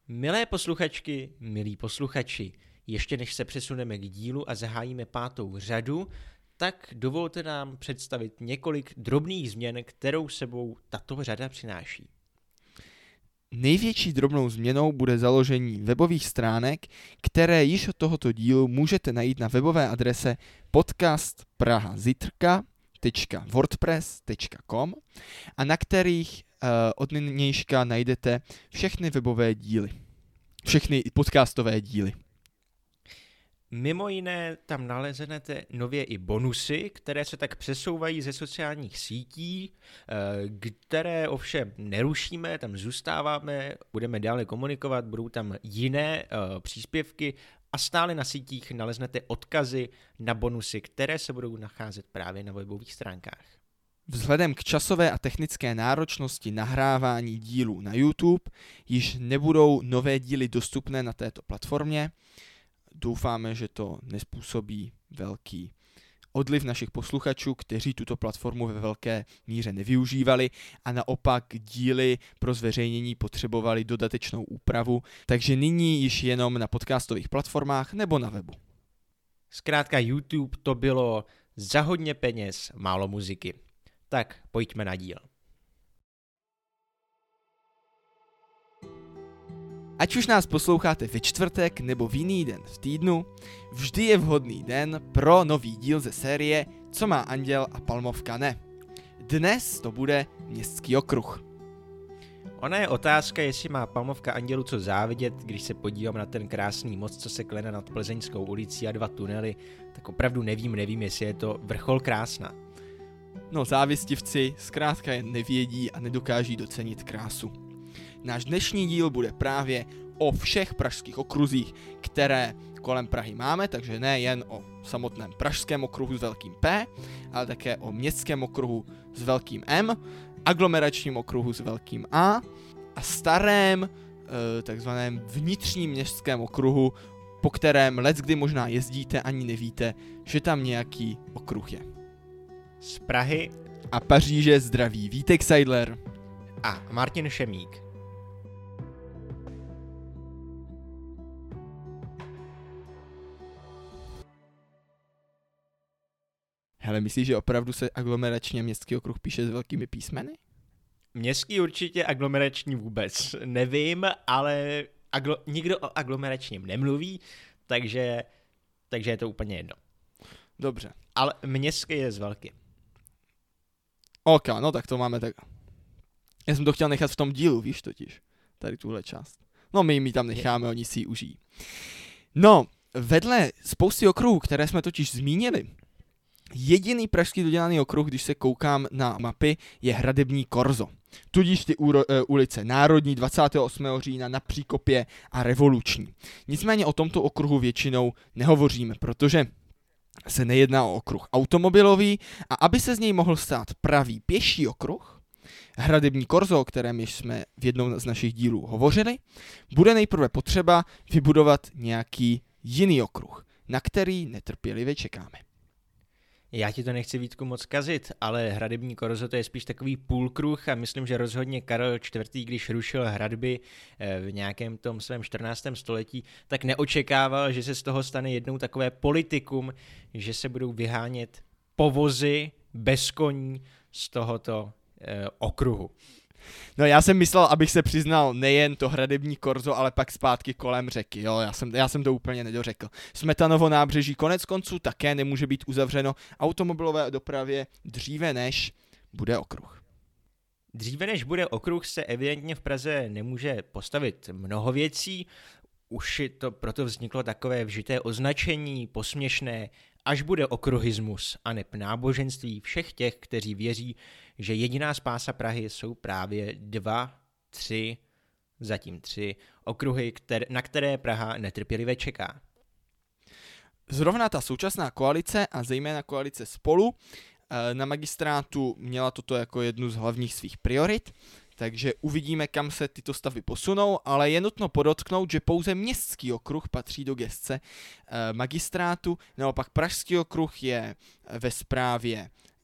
Milé posluchačky, milí posluchači, ještě než se přesuneme k dílu a zahájíme 5. řadu, tak dovolte nám představit několik drobných změn, kterou sebou tato řada přináší. Největší drobnou změnou bude založení webových stránek, které již od tohoto dílu můžete najít na webové adrese podcastprahazitrka.wordpress.com a na kterých od nynějška najdete všechny webové díly, všechny podcastové díly. Mimo jiné tam naleznete nově i bonusy, které se tak přesouvají ze sociálních sítí, které ovšem nerušíme, tam zůstáváme, budeme dále komunikovat, budou tam jiné příspěvky a stále na sítích naleznete odkazy na bonusy, které se budou nacházet právě na webových stránkách. Vzhledem k časové a technické náročnosti nahrávání dílů na YouTube již nebudou nové díly dostupné na této platformě. Doufáme, že to nezpůsobí velký odliv našich posluchačů, kteří tuto platformu ve velké míře nevyužívali a naopak díly pro zveřejnění potřebovali dodatečnou úpravu, takže nyní již jenom na podcastových platformách nebo na webu. Zkrátka YouTube to bylo za hodně peněz, málo muziky. Tak pojďme na díl. Ať už nás posloucháte ve čtvrtek nebo v jiný den v týdnu, vždy je vhodný den pro nový díl ze série Co má anděl a palmovka ne. Dnes to bude Městský okruh. Ona je otázka, jestli má palmovka andělu co závidět, když se podívám na ten krásný most, co se klene nad Plzeňskou ulicí a 2 tunely, tak opravdu nevím, jestli je to vrchol krásna. No, závistivci zkrátka jen nevědí a nedokáží docenit krásu. Náš dnešní díl bude právě o všech pražských okruzích, které kolem Prahy máme, takže ne jen o samotném pražském okruhu s velkým P, ale také o městském okruhu s velkým M, aglomeračním okruhu s velkým A a starém takzvaném vnitřním městském okruhu, po kterém leckdy možná jezdíte, ani nevíte, že tam nějaký okruh je. Z Prahy a Paříže zdraví Vítek Seidler a Martin Šemík. Hele, myslíš, že opravdu se aglomeračně městský okruh píše s velkými písmeny? Městský určitě, aglomerační vůbec nevím, ale nikdo o aglomeračním nemluví, takže je to úplně jedno. Dobře. Ale městský je s velkým. OK, no tak to máme tak. Já jsem to chtěl nechat v tom dílu, víš totiž, tady tuhle část. No my ji tam necháme, oni si ji užijí. No, vedle spousty okruhů, které jsme totiž zmínili, jediný pražský dodělaný okruh, když se koukám na mapy, je Hradební Korzo. Tudíž ty ulice Národní, 28. října, Na Příkopě a Revoluční. Nicméně o tomto okruhu většinou nehovoříme, protože se nejedná o okruh automobilový a aby se z něj mohl stát pravý pěší okruh, Hradební Korzo, o kterém již jsme v jednom z našich dílů hovořili, bude nejprve potřeba vybudovat nějaký jiný okruh, na který netrpělivě čekáme. Já ti to nechci, Vítku, moc kazit, ale Hradební Korzo to je spíš takový půlkruh a myslím, že rozhodně Karel IV., když rušil hradby v nějakém tom svém 14. století, tak neočekával, že se z toho stane jednou takové politikum, že se budou vyhánět povozy bez koní z tohoto okruhu. No já jsem myslel, abych se přiznal nejen to Hradební Korzo, ale pak zpátky kolem řeky, jo, já jsem to úplně nedořekl. Smetanovo nábřeží konec konců také nemůže být uzavřeno automobilové dopravě dříve než bude okruh. Dříve než bude okruh se evidentně v Praze nemůže postavit mnoho věcí, už to proto vzniklo takové vžité označení, posměšné, až bude okruhismus a neb náboženství všech těch, kteří věří, že jediná spása Prahy jsou právě 2, 3, zatím 3 okruhy, na které Praha netrpělivě čeká. Zrovna ta současná koalice a zejména koalice Spolu na magistrátu měla toto jako jednu z hlavních svých priorit, takže uvidíme, kam se tyto stavby posunou, ale je nutno podotknout, že pouze městský okruh patří do gesce magistrátu, naopak pražský okruh je ve správě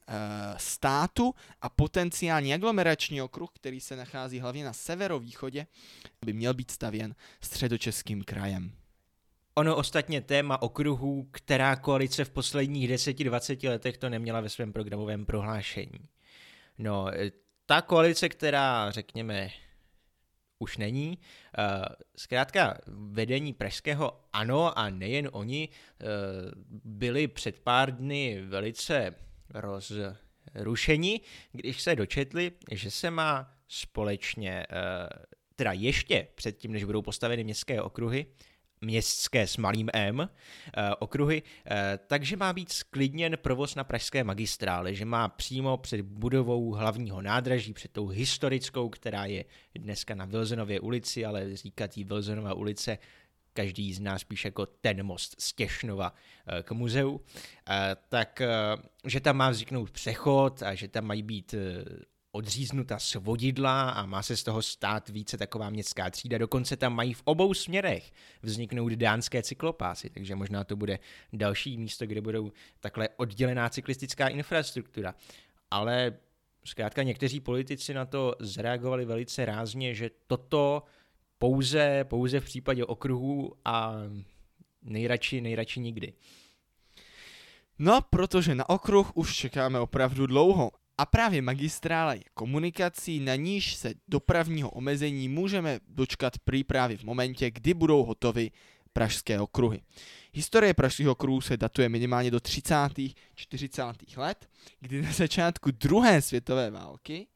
státu a potenciální aglomerační okruh, který se nachází hlavně na severovýchodě, by měl být stavěn Středočeským krajem. Ono ostatně téma okruhů, která koalice v posledních 10-20 letech to neměla ve svém programovém prohlášení. No, ta koalice, která, řekněme, už není, zkrátka vedení pražského ANO a nejen oni byli před pár dny velice rozrušeni, když se dočetli, že se má společně, teda ještě předtím, než budou postaveny městské okruhy, městské s malým M okruhy, takže má být sklidněn provoz na pražské magistrále, že má přímo před budovou hlavního nádraží, před tou historickou, která je dneska na Wilsonově ulici, ale říkat jí Wilsonova ulice každý z nás spíš jako ten most z Těšnova k muzeu, tak že tam má vzniknout přechod a že tam mají být odříznuta svodidla a má se z toho stát více taková městská třída. Dokonce tam mají v obou směrech vzniknout dánské cyklopásy, takže možná to bude další místo, kde budou takhle oddělená cyklistická infrastruktura. Ale zkrátka někteří politici na to zareagovali velice rázně, že toto pouze v případě okruhů a nejradši nikdy. No, protože na okruh už čekáme opravdu dlouho. A právě magistrála je komunikací, na níž se dopravního omezení můžeme dočkat právě v momentě, kdy budou hotovy pražské okruhy. Historie pražských okruhů se datuje minimálně do 30. 40. let, kdy na začátku druhé světové války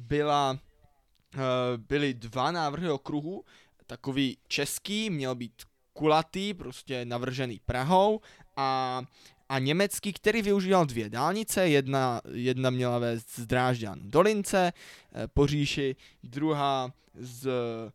byly dva návrhy okruhů. Takový český měl být kulatý, prostě navržený Prahou a německý, který využíval dvě dálnice, jedna měla vést z Drážďan do Lince po říši, druhá z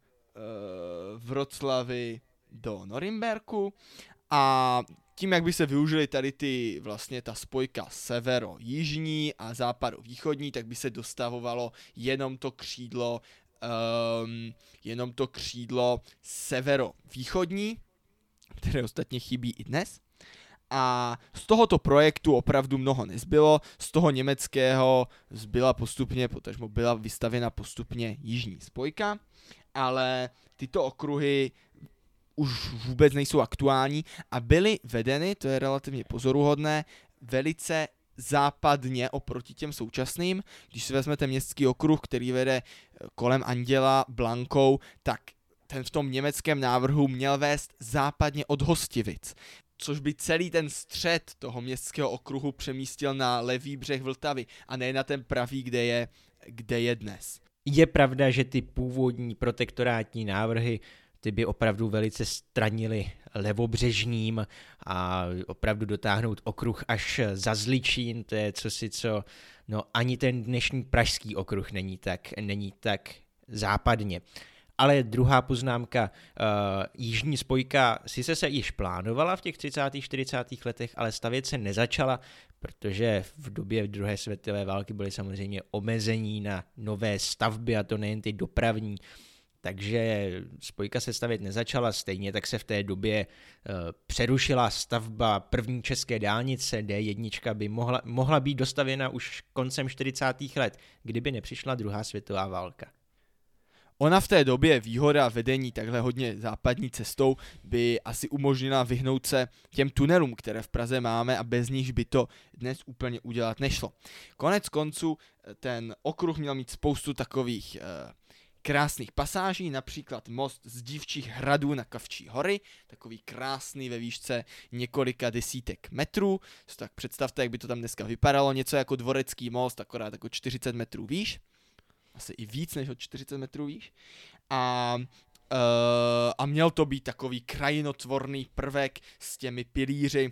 Vroclavy do Norimberku a tím, jak by se využili tady vlastně ta spojka severo-jižní a západo-východní, tak by se dostavovalo jenom to křídlo severo-východní, které ostatně chybí i dnes. A z tohoto projektu opravdu mnoho nezbylo, z toho německého byla vystavěna postupně jižní spojka, ale tyto okruhy už vůbec nejsou aktuální a byly vedeny, to je relativně pozoruhodné, velice západně oproti těm současným. Když si vezmete městský okruh, který vede kolem Anděla Blankou, tak ten v tom německém návrhu měl vést západně od Hostivic, což by celý ten střed toho městského okruhu přemístil na levý břeh Vltavy a ne na ten pravý, kde je dnes. Je pravda, že ty původní protektorátní návrhy ty by opravdu velice stranily levobřežním a opravdu dotáhnout okruh až za Zličín, to je no ani ten dnešní pražský okruh není tak západně. Ale druhá poznámka, jižní spojka sice se již plánovala v těch 30. 40. letech, ale stavět se nezačala, protože v době druhé světové války byly samozřejmě omezení na nové stavby a to nejen ty dopravní. Takže spojka se stavět nezačala, stejně tak se v té době přerušila stavba první české dálnice, D1 by mohla být dostavěna už koncem 40. let, kdyby nepřišla druhá světová válka. Ona v té době výhoda vedení takhle hodně západní cestou by asi umožnila vyhnout se těm tunelům, které v Praze máme a bez nich by to dnes úplně udělat nešlo. Konec konců ten okruh měl mít spoustu takových krásných pasáží, například most z Dívčích hradů na Kavčí hory, takový krásný ve výšce několika desítek metrů. Tak představte, jak by to tam dneska vypadalo, něco jako Dvorecký most, akorát jako 40 metrů výš. Asi i víc než od 40 metrů výš. A měl to být takový krajinotvorný prvek s těmi pilíři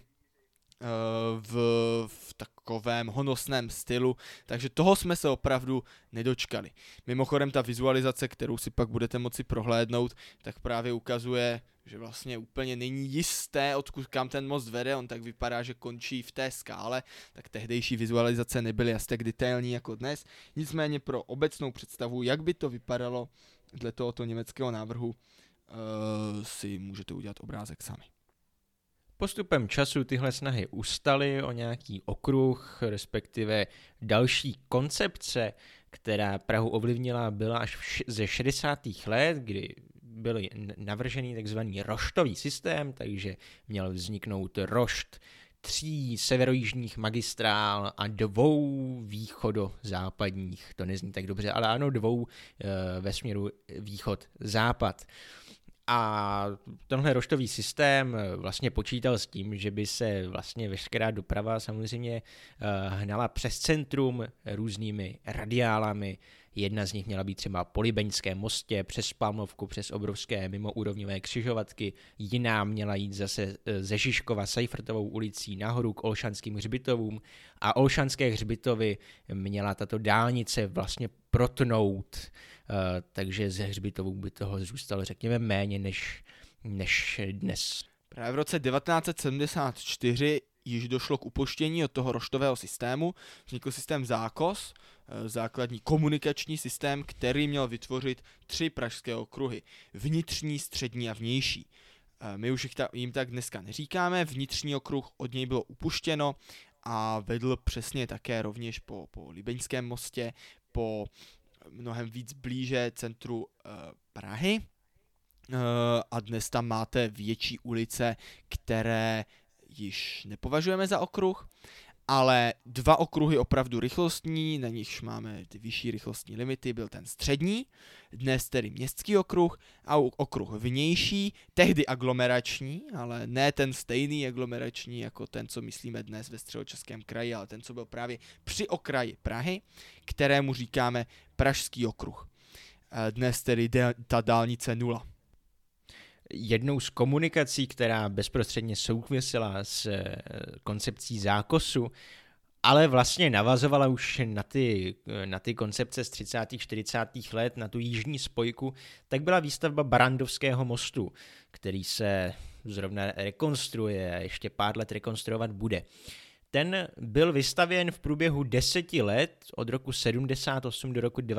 v takovém honosném stylu, takže toho jsme se opravdu nedočkali. Mimochodem ta vizualizace, kterou si pak budete moci prohlédnout, tak právě ukazuje, že vlastně úplně není jisté, odkud kam ten most vede, on tak vypadá, že končí v té skále, tak tehdejší vizualizace nebyly asi tak detailní jako dnes, nicméně pro obecnou představu, jak by to vypadalo dle tohoto německého návrhu, si můžete udělat obrázek sami. Postupem času tyhle snahy ustaly o nějaký okruh, respektive další koncepce, která Prahu ovlivnila, byla až ze 60. let, kdy byl navržený takzvaný roštový systém, takže měl vzniknout rošt 3 severojižních magistrál a 2 východozápadních. To nezní tak dobře, ale ano, 2 ve směru východ-západ. A tenhle roštový systém vlastně počítal s tím, že by se vlastně veškerá doprava samozřejmě hnala přes centrum různými radiálami. Jedna z nich měla být třeba po Libeňském mostě, přes Palmovku, přes obrovské mimoúrovňové křižovatky, jiná měla jít zase ze Žižkova Seifertovou ulicí nahoru k Olšanským hřbitovům a Olšanské hřbitovy měla tato dálnice vlastně protnout, takže ze hřbitovů by toho zůstalo řekněme méně než dnes. Právě v roce 1974 již došlo k upuštění od toho roštového systému, vznikl systém Zákos, základní komunikační systém, který měl vytvořit 3 pražské okruhy, vnitřní, střední a vnější. My už jim tak dneska neříkáme, vnitřní okruh od něj bylo upuštěno a vedl přesně také rovněž po Libeňském mostě, po mnohem víc blíže centru Prahy a dnes tam máte větší ulice, které již nepovažujeme za okruh, ale 2 okruhy opravdu rychlostní, na nichž máme ty vyšší rychlostní limity, byl ten střední, dnes tedy městský okruh a okruh vnější, tehdy aglomerační, ale ne ten stejný aglomerační jako ten, co myslíme dnes ve Středočeském kraji, ale ten, co byl právě při okraji Prahy, kterému říkáme Pražský okruh. Dnes tedy ta dálnice 0. Jednou z komunikací, která bezprostředně souvisela s koncepcí Zákosu, ale vlastně navazovala už na ty koncepce z 30. 40. let, na tu jižní spojku, tak byla výstavba Barrandovského mostu, který se zrovna rekonstruuje a ještě pár let rekonstruovat bude. Ten byl vystavěn v průběhu 10 let, od roku 78 do roku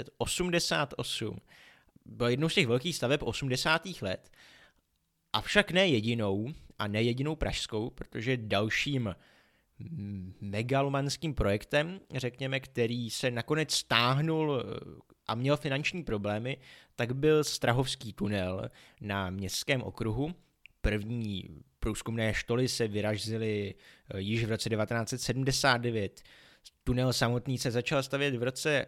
1988. Byl jednou z těch velkých staveb 80. let, avšak ne jedinou a ne jedinou pražskou, protože dalším megalomanským projektem, řekněme, který se nakonec stáhnul a měl finanční problémy, tak byl Strahovský tunel na Městském okruhu. První průzkumné štoly se vyrazily již v roce 1979. Tunel samotný se začal stavět v roce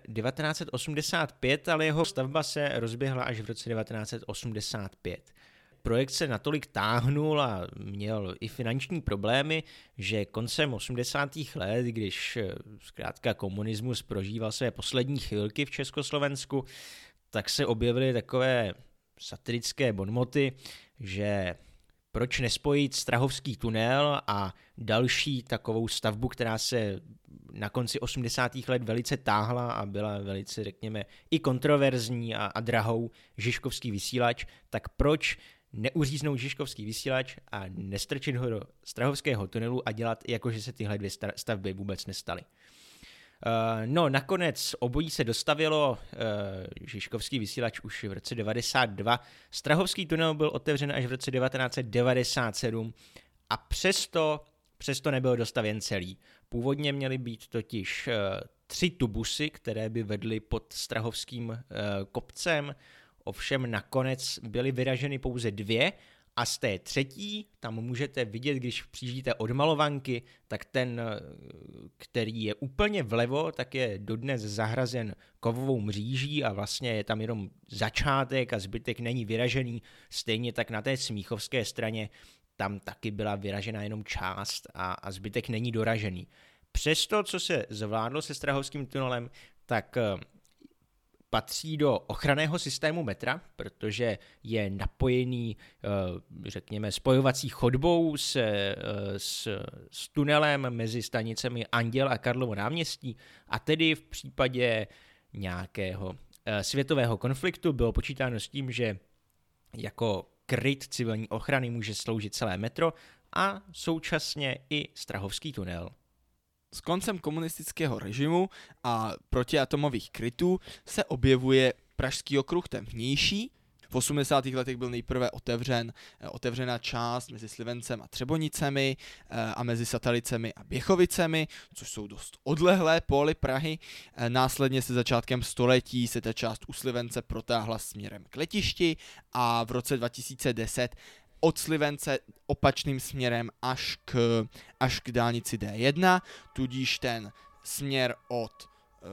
1985, ale jeho stavba se rozběhla až v roce 1985. Projekt se natolik táhnul a měl i finanční problémy, že koncem 80. let, když zkrátka komunismus prožíval své poslední chvilky v Československu, tak se objevily takové satirické bonmoty, že proč nespojit Strahovský tunel a další takovou stavbu, která se na konci 80. let velice táhla a byla velice, řekněme, i kontroverzní a drahou, Žižkovský vysílač, tak proč neuříznout Žižkovský vysílač a nestrčit ho do Strahovského tunelu a dělat, jakože se tyhle 2 stavby vůbec nestaly. No, nakonec obojí se dostavilo, Žižkovský vysílač už v roce 92, Strahovský tunel byl otevřen až v roce 1997 a přesto nebyl dostavěn celý. Původně měly být totiž 3 tubusy, které by vedly pod Strahovským kopcem, ovšem nakonec byly vyraženy pouze 2 a z té 3. tam můžete vidět, když přijíždíte od Malovanky, tak ten, který je úplně vlevo, tak je dodnes zahrazen kovovou mříží a vlastně je tam jenom začátek a zbytek není vyražený. Stejně tak na té smíchovské straně tam taky byla vyražena jenom část a zbytek není doražený. Přesto, co se zvládlo se Strahovským tunelem, tak patří do ochranného systému metra, protože je napojený, řekněme, spojovací chodbou s tunelem mezi stanicemi Anděl a Karlovo náměstí a tedy v případě nějakého světového konfliktu bylo počítáno s tím, že jako kryt civilní ochrany může sloužit celé metro a současně i Strahovský tunel. S koncem komunistického režimu a protiatomových krytů se objevuje Pražský okruh, ten vnější. V 80. letech byl nejprve otevřena část mezi Slivencem a Třebonicemi a mezi Satalicemi a Běchovicemi, což jsou dost odlehlé póly Prahy. Následně se začátkem století se ta část u Slivence protáhla směrem k letišti a v roce 2010 od Slivence opačným směrem až k dálnici D1, tudíž ten směr od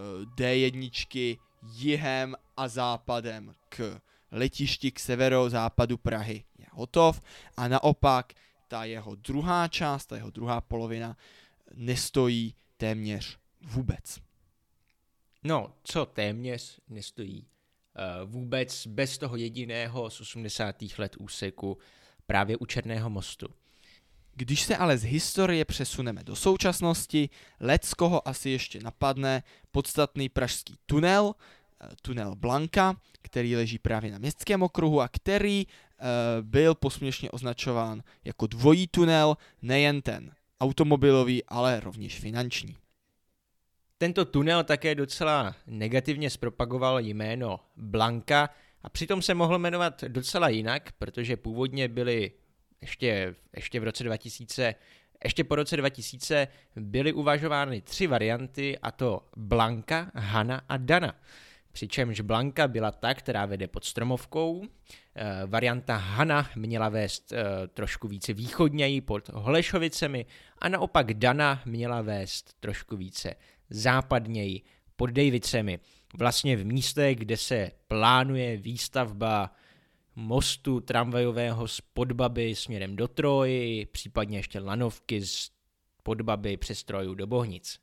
D1 jihem a západem k letišti k severozápadu Prahy je hotov a naopak ta jeho druhá část, ta jeho druhá polovina nestojí téměř vůbec. No, co téměř nestojí vůbec bez toho jediného z 80. let úseku právě u Černého mostu. Když se ale z historie přesuneme do současnosti, leckoho asi ještě napadne podstatný pražský tunel Blanka, který leží právě na Městském okruhu a který byl posměšně označován jako dvojí tunel, nejen ten automobilový, ale rovněž finanční. Tento tunel také docela negativně zpropagoval jméno Blanka a přitom se mohl jmenovat docela jinak, protože původně byly ještě v roce 2000, ještě po roce 2000 byly uvažovány 3 varianty, a to Blanka, Hana a Dana. Přičemž Blanka byla ta, která vede pod Stromovkou, varianta Hana měla vést trošku více východněji pod Holešovicemi a naopak Dana měla vést trošku více západněji pod Dejvicemi. Vlastně v místech, kde se plánuje výstavba mostu tramvajového z Podbaby směrem do Troji, případně ještě lanovky z Podbaby přes Troju do Bohnic.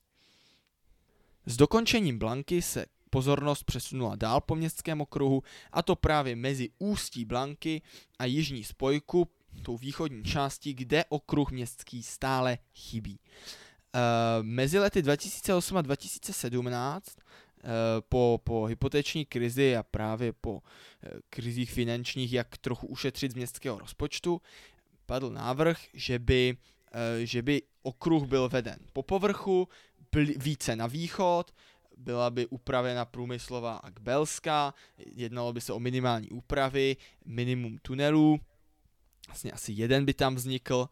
S dokončením Blanky se pozornost přesunula dál po Městském okruhu, a to právě mezi ústí Blanky a jižní spojku, tou východní částí, kde okruh městský stále chybí. Mezi lety 2008 a 2017 po hypoteční krizi a právě po krizích finančních, jak trochu ušetřit z městského rozpočtu, padl návrh, že by okruh byl veden po povrchu, více na východ, byla by upravena Průmyslová a Kbelská, jednalo by se o minimální úpravy, minimum tunelů, vlastně asi jeden by tam vznikl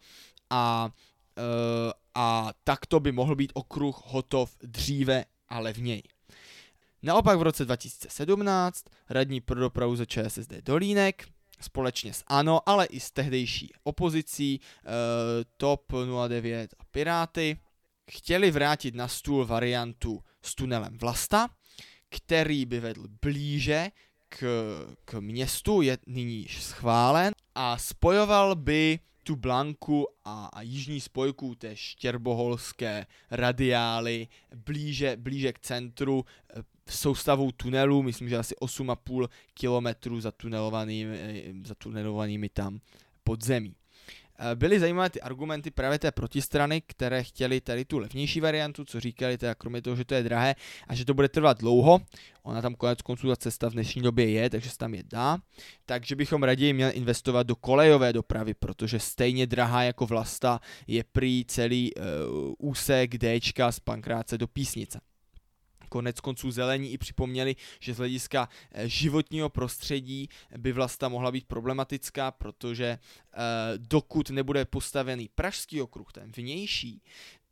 a takto by mohl být okruh hotov dříve a levněji. Naopak v roce 2017 radní pro dopravu za ČSSD Dolínek společně s ANO, ale i s tehdejší opozicí TOP 09 a Piráty chtěli vrátit na stůl variantu s tunelem Vlasta, který by vedl blíže k městu, je nyní již schválen, a spojoval by tu Blanku a jižní spojku té štěrboholské radiály blíže k centru soustavou tunelů, myslím, že asi 8,5 kilometru zatunelovanými tam podzemí. Byly zajímavé ty argumenty právě té protistrany, které chtěli tady tu levnější variantu, co říkali teda kromě toho, že to je drahé a že to bude trvat dlouho. Ona tam konec konců ta cesta v dnešní době je, takže se tam jet dá. Takže bychom raději měli investovat do kolejové dopravy, protože stejně drahá jako Vlasta je prý celý úsek Dčka z Pankráce do Písnice. Konec konců zelení i připomněli, že z hlediska životního prostředí by Vlasta mohla být problematická, protože dokud nebude postavený pražský okruh, ten vnější,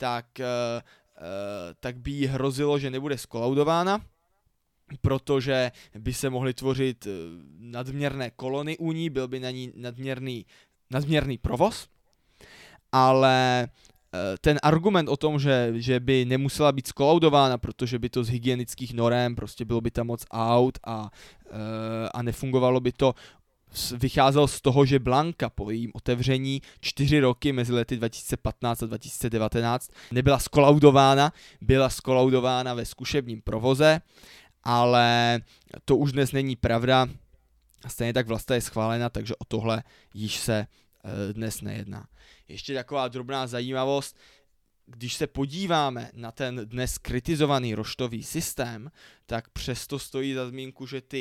tak by jí hrozilo, že nebude skolaudována, protože by se mohly tvořit nadměrné kolony u ní, byl by na ní nadměrný provoz, ale ten argument o tom, že by nemusela být skolaudována, protože by to z hygienických norem, prostě bylo by tam moc aut a nefungovalo by to, vycházel z toho, že Blanka po jejím otevření 4 roky mezi lety 2015 a 2019 nebyla skolaudována, byla skolaudována ve zkušebním provoze, ale to už dnes není pravda. Stejně tak Vlasta je schválena, takže o tohle již se dnes nejedná. Ještě taková drobná zajímavost, když se podíváme na ten dnes kritizovaný roštový systém, tak přesto stojí za zmínku,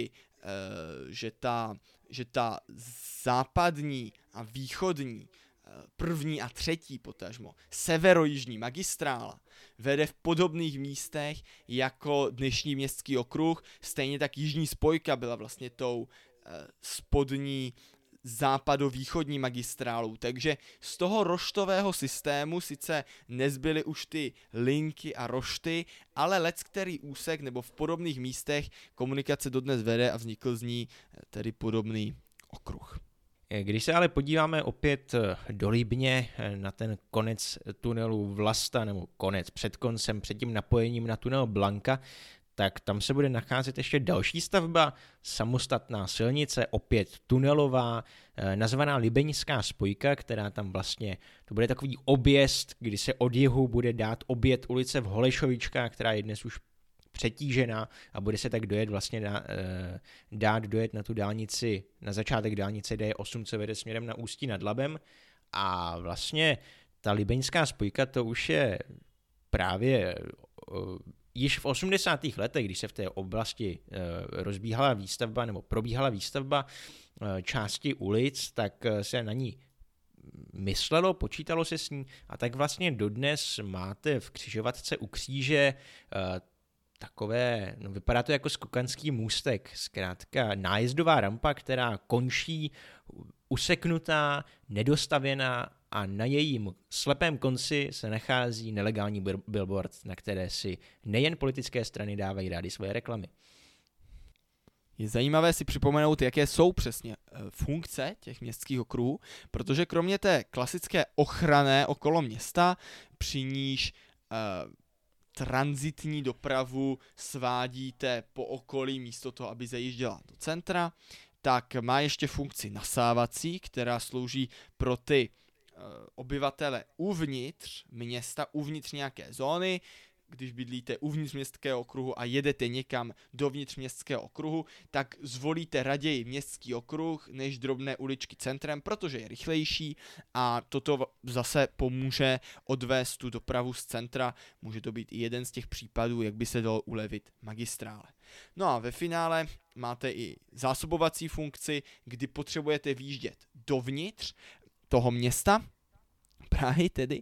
že ta západní a východní, první a třetí potažmo, severojižní magistrála vede v podobných místech jako dnešní městský okruh, stejně tak jižní spojka byla vlastně tou spodní západovýchodní magistrálou. Takže z toho roštového systému sice nezbyly už ty linky a rošty, ale leckterý úsek nebo v podobných místech komunikace dodnes vede a vznikl z ní tedy podobný okruh. Když se ale podíváme opět do Libně na ten konec tunelu Vlasta, nebo konec před koncem, před tím napojením na tunel Blanka, tak tam se bude nacházet ještě další stavba, samostatná silnice, opět tunelová, nazvaná Libeňská spojka, která tam vlastně, to bude takový objezd, kdy se od jihu bude dát objet ulice v Holešovičkách, která je dnes už přetížená a bude se tak dojet vlastně dát dojet na tu dálnici, na začátek dálnice D8, co vede směrem na Ústí nad Labem a vlastně ta Libeňská spojka to už je právě již v 80. letech, když se v té oblasti rozbíhala výstavba nebo probíhala výstavba části ulic, tak se na ní myslelo, počítalo se s ní a tak vlastně dodnes máte v křižovatce u kříže takové, no vypadá to jako skokanský můstek, zkrátka nájezdová rampa, která končí useknutá, nedostavěná a na jejím slepém konci se nachází nelegální billboard, na které si nejen politické strany dávají rády svoje reklamy. Je zajímavé si připomenout, jaké jsou přesně funkce těch městských okruhů, protože kromě té klasické ochranné okolo města, při níž tranzitní dopravu svádíte po okolí místo toho, aby zajížděla do centra, tak má ještě funkci nasávací, která slouží pro ty obyvatele uvnitř města, uvnitř nějaké zóny. Když bydlíte uvnitř městského okruhu a jedete někam dovnitř městského okruhu, tak zvolíte raději městský okruh než drobné uličky centrem, protože je rychlejší a toto zase pomůže odvést tu dopravu z centra. Může to být i jeden z těch případů, jak by se dalo ulevit magistrále. No a ve finále máte i zásobovací funkci, kdy potřebujete výjíždět dovnitř toho města, Prahy tedy,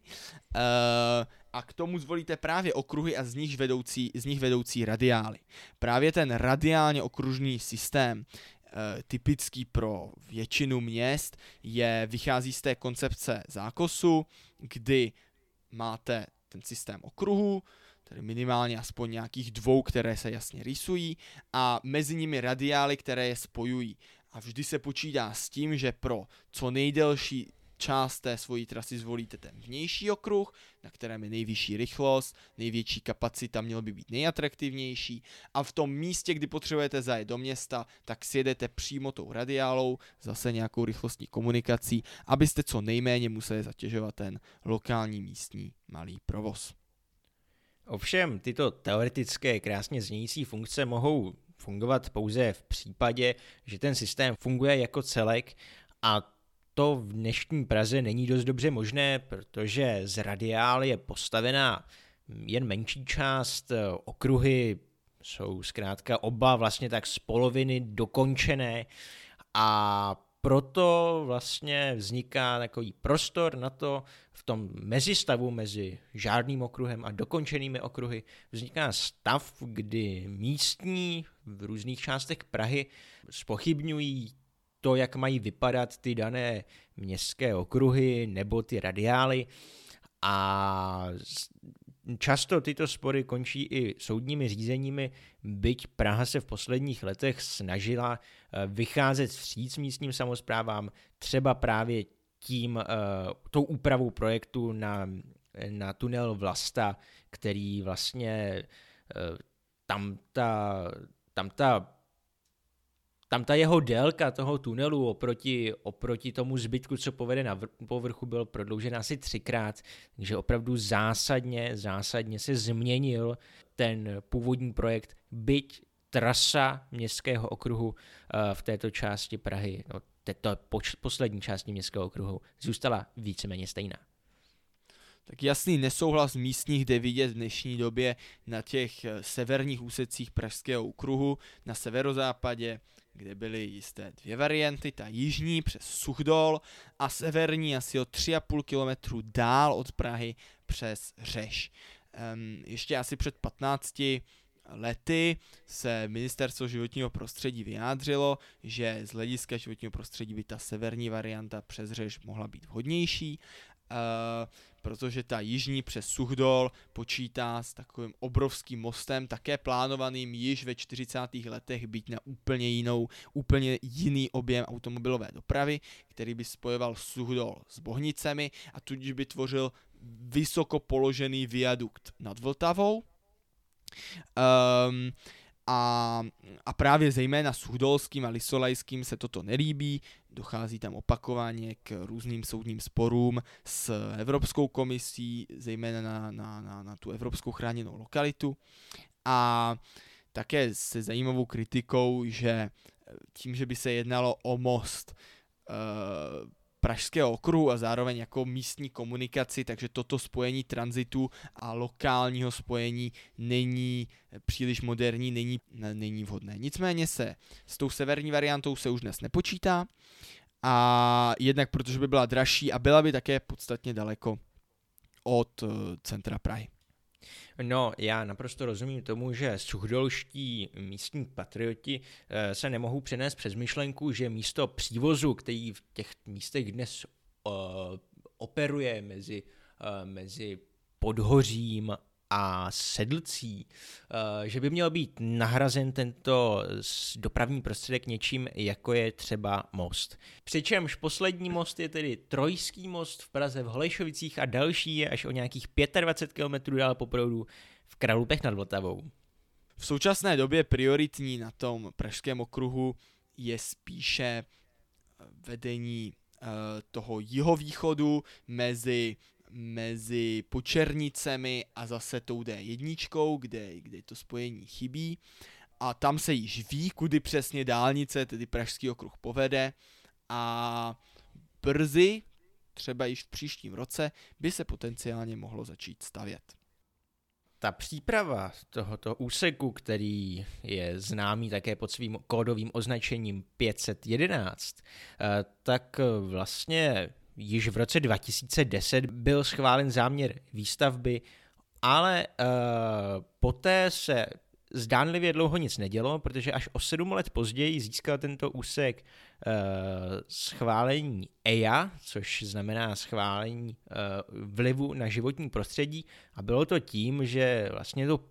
a k tomu zvolíte právě okruhy a z nich vedoucí radiály. Právě ten radiálně okružný systém, typický pro většinu měst, vychází z té koncepce zákosu, kdy máte ten systém okruhů, tedy minimálně aspoň nějakých dvou, které se jasně rýsují, a mezi nimi radiály, které je spojují. A vždy se počítá s tím, že pro co nejdelší část té svojí trasy zvolíte ten vnější okruh, na kterém je nejvyšší rychlost, největší kapacita, měl by být nejatraktivnější a v tom místě, kdy potřebujete zajet do města, tak sjedete přímo tou radiálou, zase nějakou rychlostní komunikací, abyste co nejméně museli zatěžovat ten lokální místní malý provoz. Ovšem, tyto teoretické krásně znějící funkce mohou fungovat pouze v případě, že ten systém funguje jako celek a to v dnešní Praze není dost dobře možné, protože z radiály je postavená jen menší část, okruhy jsou zkrátka oba vlastně tak z poloviny dokončené a proto vlastně vzniká takový prostor na to, v tom mezistavu mezi žádným okruhem a dokončenými okruhy vzniká stav, kdy místní v různých částech Prahy zpochybňují to, jak mají vypadat ty dané městské okruhy nebo ty radiály a často tyto spory končí i soudními řízeními, byť Praha se v posledních letech snažila vycházet vstříc místním samosprávám, třeba právě tou úpravou projektu na tunel Vlasta, který vlastně tam ta jeho délka toho tunelu oproti tomu zbytku, co povede na povrchu, byl prodloužen asi 3krát, takže opravdu zásadně se změnil ten původní projekt, byť trasa městského okruhu v této části Prahy, této poslední části městského okruhu, zůstala víceméně stejná. Tak jasný nesouhlas místních jde vidět v dnešní době na těch severních úsecích pražského okruhu, na severozápadě, kde byly jisté dvě varianty, ta jižní přes Suchdol a severní asi o 3,5 kilometru dál od Prahy přes Řeš. Ještě asi před 15 lety se ministerstvo životního prostředí vyjádřilo, že z hlediska životního prostředí by ta severní varianta přes Řeš mohla být vhodnější, protože ta jižní přes Suchdol počítá s takovým obrovským mostem, také plánovaným již ve 40. letech, byť na úplně jiný objem automobilové dopravy, který by spojoval Suchdol s Bohnicemi a tudíž by tvořil vysoko položený viadukt nad Vltavou. A právě zejména suchdolským a lisolajským se toto nelíbí, dochází tam opakovaně k různým soudním sporům s Evropskou komisí, zejména na tu evropskou chráněnou lokalitu a také se zajímavou kritikou, že tím, že by se jednalo o most Pražského okruhu a zároveň jako místní komunikaci, takže toto spojení tranzitu a lokálního spojení není příliš moderní, není vhodné. Nicméně s tou severní variantou se už dnes nepočítá a jednak protože by byla dražší a byla by také podstatně daleko od centra Prahy. No, já naprosto rozumím tomu, že suchdolští místní patrioti se nemohou přenést přes myšlenku, že místo přívozu, který v těch místech dnes operuje mezi Podhořím a Sedlcí, že by měl být nahrazen tento dopravní prostředek něčím, jako je třeba most. Přičemž poslední most je tedy Trojský most v Praze v Holešovicích a další je až o nějakých 25 km dál po proudu v Kralupech nad Vltavou. V současné době prioritní na tom pražském okruhu je spíše vedení toho jihovýchodu mezi Počernicemi a zase tou D1, kde to spojení chybí. A tam se již ví, kudy přesně dálnice, tedy Pražský okruh, povede. A brzy, třeba již v příštím roce, by se potenciálně mohlo začít stavět. Ta příprava tohoto úseku, který je známý také pod svým kódovým označením 511, tak vlastně již v roce 2010 byl schválen záměr výstavby, ale poté se zdánlivě dlouho nic nedělo, protože až o 7 let později získal tento úsek schválení EIA, což znamená schválení vlivu na životní prostředí, a bylo to tím, že vlastně to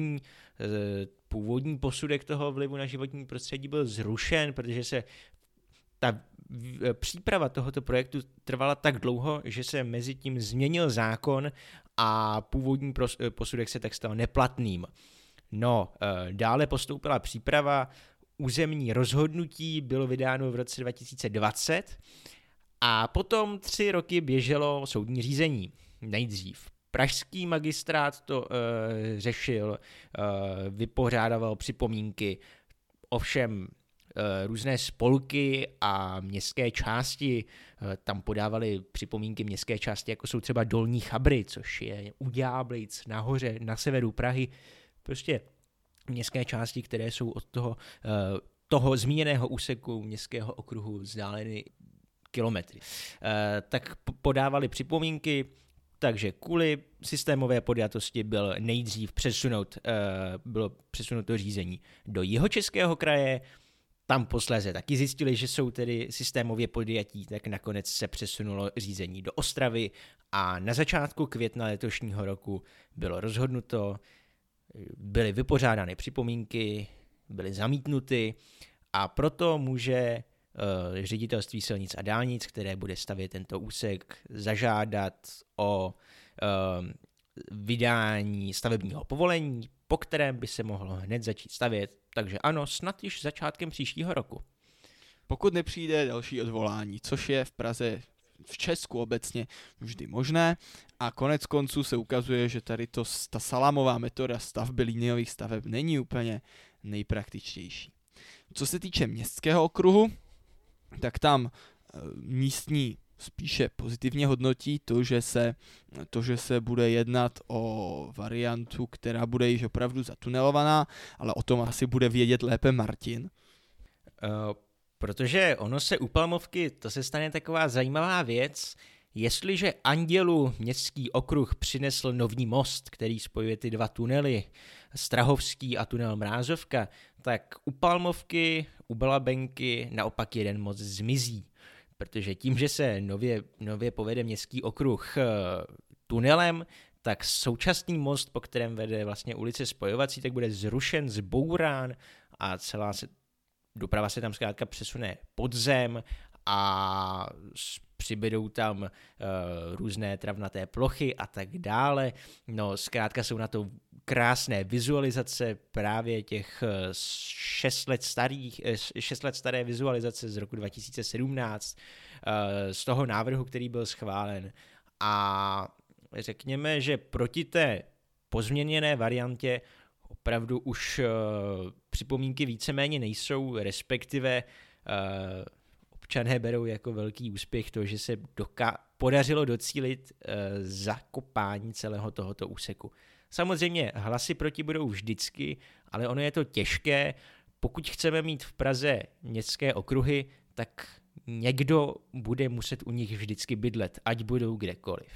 původní posudek toho vlivu na životní prostředí byl zrušen, protože se ta příprava tohoto projektu trvala tak dlouho, že se mezi tím změnil zákon a původní posudek se tak stal neplatným. No, dále postoupila příprava, územní rozhodnutí bylo vydáno v roce 2020 a potom 3 roky běželo soudní řízení. Nejdřív pražský magistrát to řešil, vypořádával připomínky, ovšem různé spolky a městské části tam podávaly připomínky městské části, jako jsou třeba Dolní Chabry, což je u Ďáblic nahoře na severu Prahy, prostě městské části, které jsou od toho zmíněného úseku městského okruhu vzdáleny kilometry. Tak podávali připomínky, takže kvůli systémové podjatosti bylo nejdřív přesunuto řízení do Jihočeského kraje. Tam posléze taky zjistili, že jsou tedy systémově podjatí, tak nakonec se přesunulo řízení do Ostravy a na začátku května letošního roku bylo rozhodnuto, byly vypořádány připomínky, byly zamítnuty a proto může Ředitelství silnic a dálnic, které bude stavět tento úsek, zažádat o vydání stavebního povolení, po kterém by se mohlo hned začít stavět. Takže ano, snad již začátkem příštího roku. Pokud nepřijde další odvolání, což je v Praze, v Česku obecně vždy možné, a konec konců se ukazuje, že tady ta salámová metoda stavby liniových staveb není úplně nejpraktičtější. Co se týče městského okruhu, tak tam místní spíše pozitivně hodnotí to, že se bude jednat o variantu, která bude již opravdu zatunelovaná, ale o tom asi bude vědět lépe Martin. Protože ono se u Palmovky, to se stane taková zajímavá věc, Jestliže Andělu městský okruh přinesl nový most, který spojuje ty dva tunely, Strahovský a tunel Mrázovka, tak u Palmovky, u Balabenky naopak jeden most zmizí. Protože tím, že se nově povede městský okruh tunelem, tak současný most, po kterém vede vlastně ulice spojovací, tak bude zrušen, zbourán a celá doprava se tam zkrátka přesune pod zem a přibydou tam různé travnaté plochy a tak dále. No zkrátka jsou na to krásné vizualizace právě těch 6 let staré vizualizace z roku 2017 z toho návrhu, který byl schválen. A řekněme, že proti té pozměněné variantě opravdu už připomínky víceméně nejsou, respektive občané berou jako velký úspěch to, že se podařilo docílit zakopání celého tohoto úseku. Samozřejmě hlasy proti budou vždycky, ale ono je to těžké. Pokud chceme mít v Praze městské okruhy, tak někdo bude muset u nich vždycky bydlet, ať budou kdekoliv.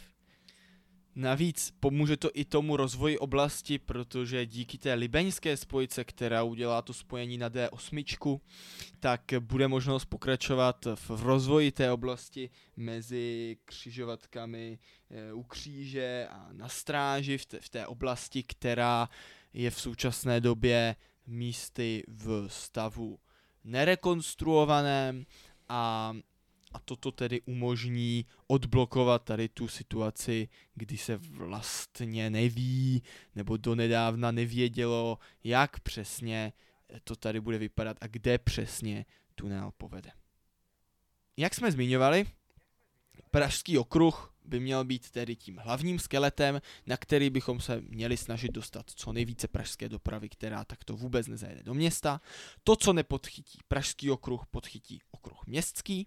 Navíc pomůže to i tomu rozvoji oblasti, protože díky té libeňské spojce, která udělá to spojení na D8, tak bude možnost pokračovat v rozvoji té oblasti mezi křižovatkami u kříže a na Stráži v té oblasti, která je v současné době místy v stavu nerekonstruovaném a toto tedy umožní odblokovat tady tu situaci, kdy se vlastně neví, nebo donedávna nevědělo, jak přesně to tady bude vypadat a kde přesně tunel povede. Jak jsme zmiňovali, Pražský okruh by měl být tedy tím hlavním skeletem, na který bychom se měli snažit dostat co nejvíce pražské dopravy, která takto vůbec nezajede do města. To, co nepodchytí Pražský okruh, podchytí okruh městský.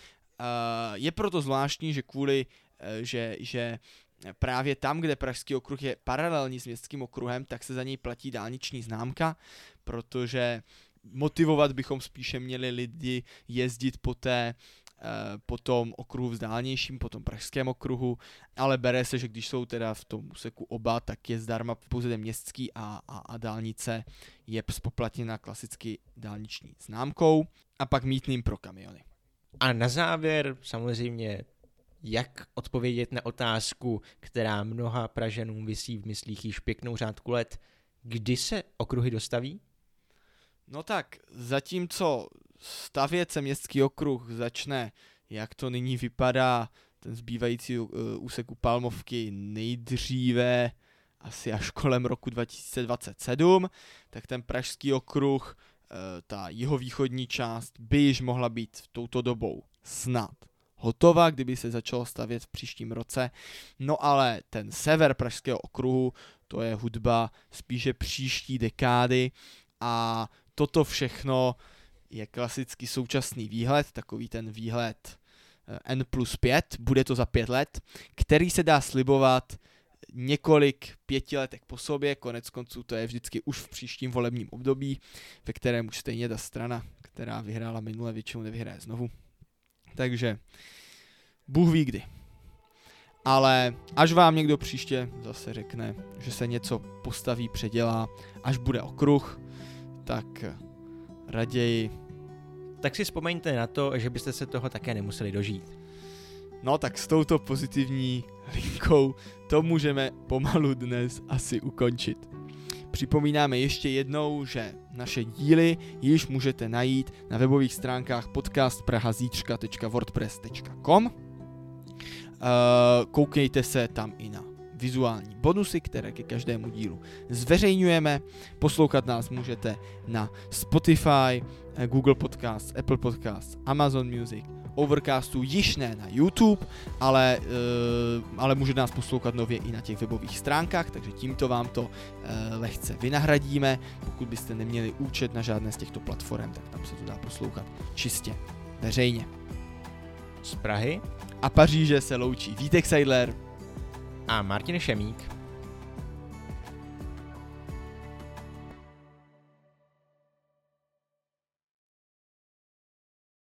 Je proto zvláštní, že že právě tam, kde Pražský okruh je paralelní s městským okruhem, tak se za něj platí dálniční známka, protože motivovat bychom spíše měli lidi jezdit po tom okruhu vzdálenějším, po tom pražském okruhu, ale bere se, že když jsou teda v tom úseku oba, tak je zdarma pouze ten městský a dálnice je zpoplatněna klasicky dálniční známkou a pak mýtným pro kamiony. A na závěr samozřejmě, jak odpovědět na otázku, která mnoha Pražanům visí v myslích již pěknou řádku let, kdy se okruhy dostaví? No tak, zatímco stavět se městský okruh začne, jak to nyní vypadá, ten zbývající úsek u Palmovky nejdříve, asi až kolem roku 2027, tak ten Pražský okruh, ta jihovýchodní část by již mohla být touto dobou snad hotová, kdyby se začalo stavět v příštím roce. No ale ten sever Pražského okruhu, to je hudba spíše příští dekády a toto všechno je klasický současný výhled, takový ten výhled N+5, bude to za 5 let, který se dá slibovat několik 5 letek po sobě, konec konců to je vždycky už v příštím volebním období, ve kterém už stejně ta strana, která vyhrála minule, většinou nevyhraje znovu. Takže Bůh ví kdy. Ale až vám někdo příště zase řekne, že se něco postaví, předělá, až bude okruh, tak raději... Tak si vzpomeňte na to, že byste se toho také nemuseli dožít. No tak s touto pozitivní linkou to můžeme pomalu dnes asi ukončit. Připomínáme ještě jednou, že naše díly již můžete najít na webových stránkách podcastprahazítřka.wordpress.com. Koukejte se tam i na vizuální bonusy, které ke každému dílu zveřejňujeme. Poslouchat nás můžete na Spotify, Google Podcasts, Apple Podcasts, Amazon Music, Overcastu, již ne na YouTube, ale můžete nás poslouchat nově i na těch webových stránkách, takže tímto vám to lehce vynahradíme. Pokud byste neměli účet na žádné z těchto platform, tak tam se to dá poslouchat čistě veřejně. Z Prahy a Paříže se loučí Vítek Seidler a Martin Šemík.